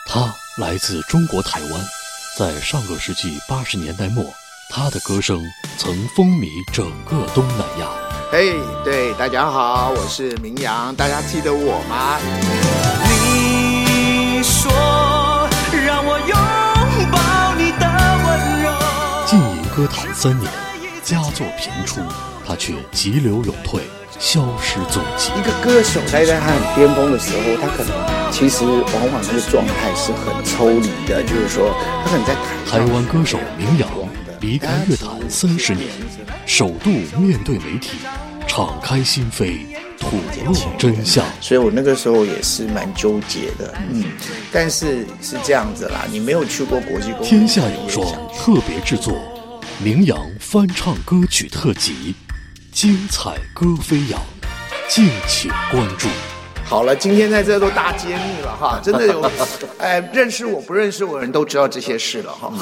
他来自中国台湾，在上个世纪80年代末，他的歌声曾风靡整个东南亚。 嘿，对，大家好，我是明阳，大家记得我吗？ 你说让我拥抱你的温柔。 浸淫歌坛3年，佳作频出，他却急流勇退，消失踪迹。 一个歌手在他很巅峰的时候，他可能其实往往那个状态是很抽离的，就是说他可能在台湾歌手明阳离开乐坛30年，首度面对媒体，敞开心扉，吐露真相。 所以我那个时候也是蛮纠结的，但是是这样子啦，你没有去过国际公园。 天下有双特别制作，明阳翻唱歌曲特辑，精彩歌飞扬，敬请关注。 好了，今天在这都大揭秘了哈，真的有，认识我不认识我的人都知道这些事了哈。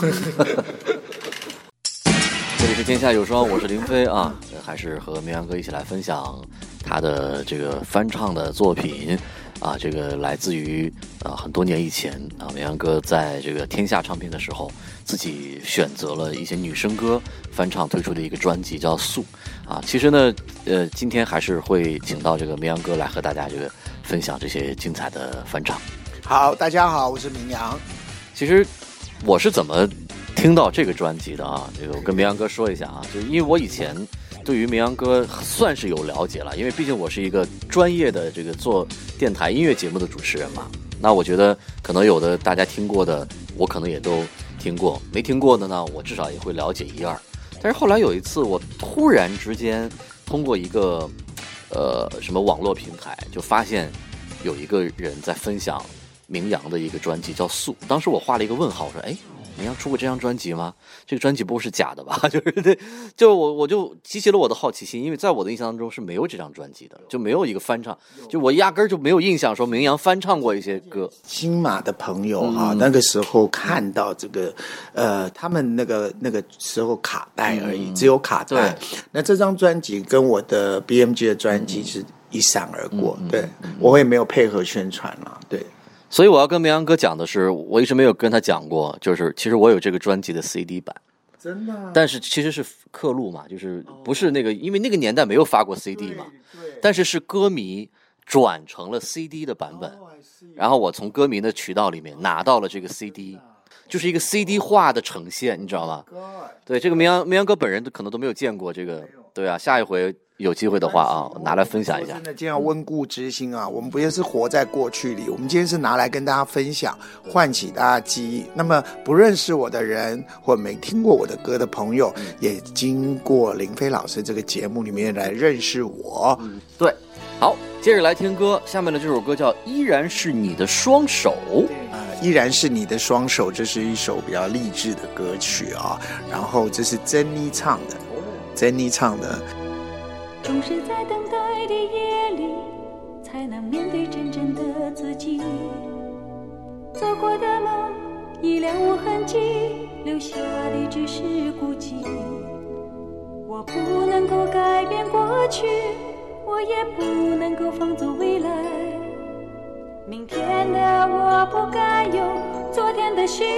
这里是天下有双，我是林飞啊，还是和明阳哥一起来分享他的这个翻唱的作品啊，这个来自于很多年以前啊，明阳哥在这个天下唱片的时候，自己选择了一些女生歌翻唱推出的一个专辑叫《素》啊。其实呢，今天还是会请到这个明阳哥来和大家这个分享这些精彩的翻唱。 好，大家好，我是明阳。 其实我是怎么听到这个专辑的啊？这个我跟明阳哥说一下啊，就是因为我以前对于明阳哥算是有了解了，因为毕竟我是一个专业的这个做电台音乐节目的主持人嘛。那我觉得可能有的大家听过的，我可能也都听过；没听过的呢，我至少也会了解一二。但是后来有一次，我突然之间通过一个什么网络平台，就发现有一个人在分享明阳的一个专辑叫《素》。当时我画了一个问号，我说：“哎。”明阳出过这张专辑吗？这个专辑不会是假的吧？就是对，就我就激起了我的好奇心，因为在我的印象当中是没有这张专辑的，就没有一个翻唱，就我压根儿就没有印象说明阳翻唱过一些歌。 金马的朋友哈，那个时候看到这个他们那个时候卡带而已，只有卡带。那这张专辑跟我的 BMG 的专辑是一闪而过，对，我也没有配合宣传了，对。 所以我要跟明阳哥讲的是，我一直没有跟他讲过，就是其实我有这个专辑的 CD 版， 真的、啊， 但是其实是刻录嘛，就是不是那个，因为那个年代没有发过 CD 嘛，但是歌迷转成了 CD 的版本，然后我从歌迷的渠道里面拿到了这个 CD， 就是一个 CD 化的呈现，你知道吗？对，这个明阳哥本人可能都没有见过这个，对啊，下一回有机会的话啊，拿来分享一下。 真的这样温故知新啊！我们不是活在过去里，我们今天是拿来跟大家分享，唤起大家记忆。那么不认识我的人，或没听过我的歌的朋友，也经过林飞老师这个节目里面来认识我。 对，好，接着来听歌。下面的这首歌叫《依然是你的双手》。 依然是你的双手，这是一首比较励志的歌曲啊。然后这是珍妮唱的，珍妮唱的。 总是在等待的夜里，才能面对真正的自己。走过的梦已了无痕迹，留下的只是孤寂。我不能够改变过去，我也不能够放走未来。明天的我不该有昨天的心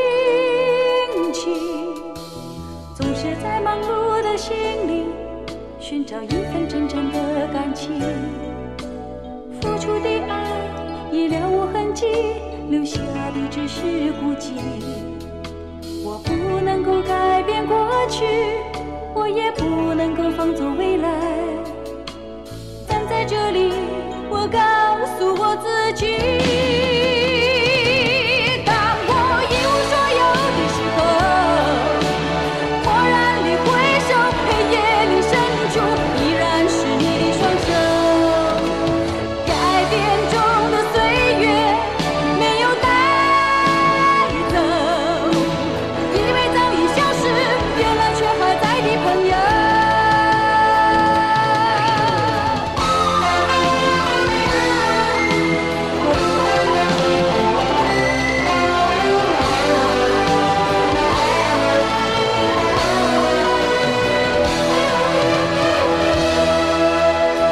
情，总是在忙碌的心里寻找一份真正的感情，付出的爱已了无痕迹，留下的只是孤寂。我不能够改变过去，我也不能够放走未来。站在这里，我告诉我自己，当我一无所有的时候，蓦然里回首，黑夜里深处，依然是你的双手。改变中的岁月没有带走，以为早已消失，原来却还在的朋友。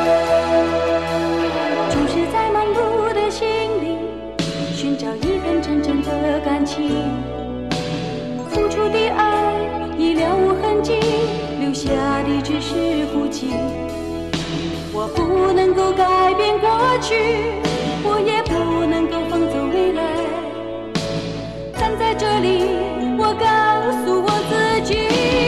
总是在忙碌的心里寻找一份真真正的感情，付出的爱已了无痕迹，留下的只是孤寂。我不能够改变过去，我也不能够放走未来。站在这里，我告诉我自己，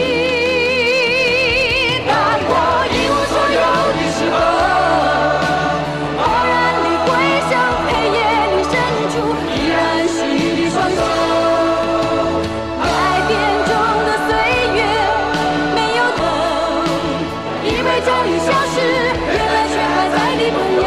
当我一无所有的时候，偶然地回首，黑夜里深处依然是你的双手。改变中的岁月没有等，以为早已消失，原来却还在的朋友。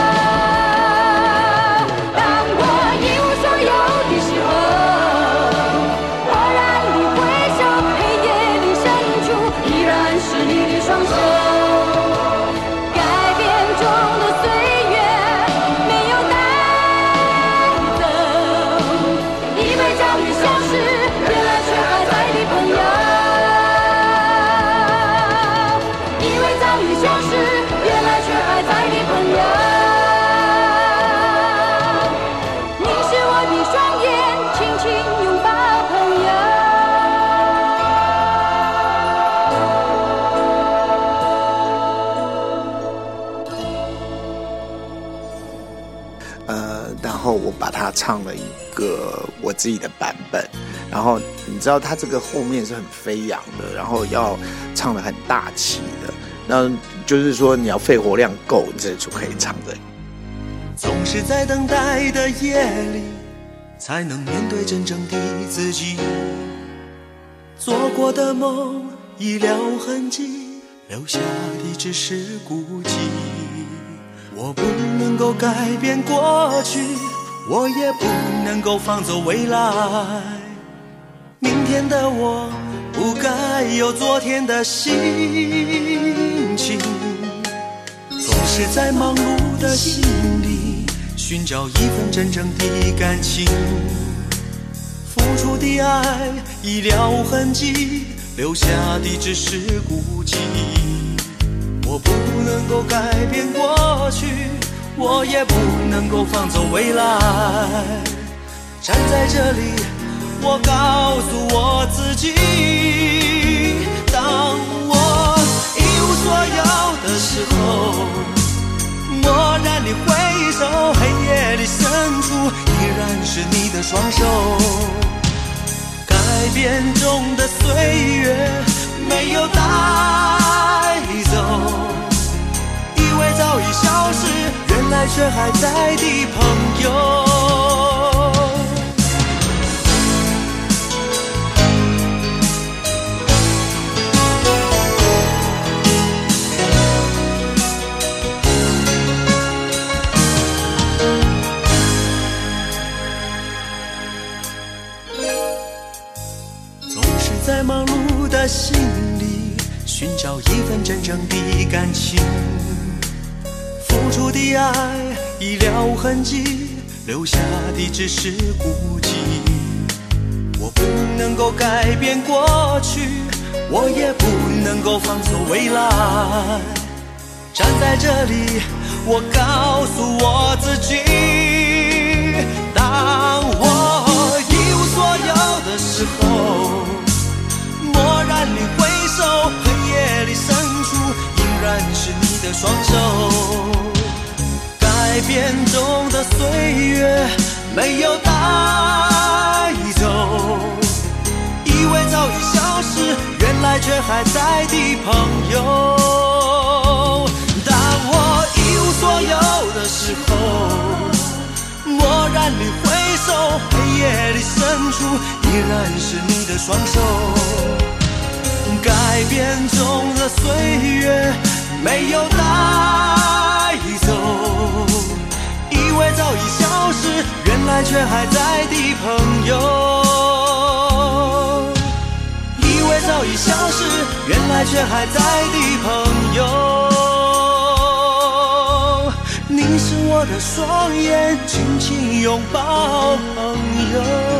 当我一无所有的时候，偶然地回首，黑夜里深处依然是你的双手。改变中的岁月没有带走，以为早已消失，原来却还在的朋友。以为早已消失，原来却还在的朋友。你是我的双眼，轻轻拥抱朋友。 然后我把它唱了一个我自己的版本，然后你知道它这个后面是很飞扬的，然后要唱得很大气的，那就是说你要肺活量够，你这就可以唱的。 总是在等待的夜里，才能面对真正的自己。做过的梦已了痕迹，留下的只是孤寂。我不能够改变过去，我也不能够放走未来。明天的我不该有昨天的心情，总是在忙碌的心里寻找一份真正的感情。付出的爱已了痕迹，留下的只是孤寂。我不能够改变过去，我也不能够放走未来。站在这里，我告诉我自己，当我一无所有的时候，蓦然地回首，黑夜里深处依然是你的双手。改变中的岁月没有带走，以为早已消失，原来却还在的朋友。在忙碌的心里寻找一份真正的感情，付出的爱已了痕迹，留下的只是孤寂。我不能够改变过去，我也不能够放走未来。站在这里，我告诉我自己，当我一无所有的时候，蓦然里回首，黑夜里深处依然是你的双手。改变中的岁月没有带走，以为早已消失，原来却还在的朋友。当我一无所有的时候，蓦然里回首，黑夜里深处依然是你的双手。改变中的岁月没有带走，以为早已消失，原来却还在的朋友。以为早已消失，原来却还在的朋友。你是我的双眼，紧紧拥抱朋友。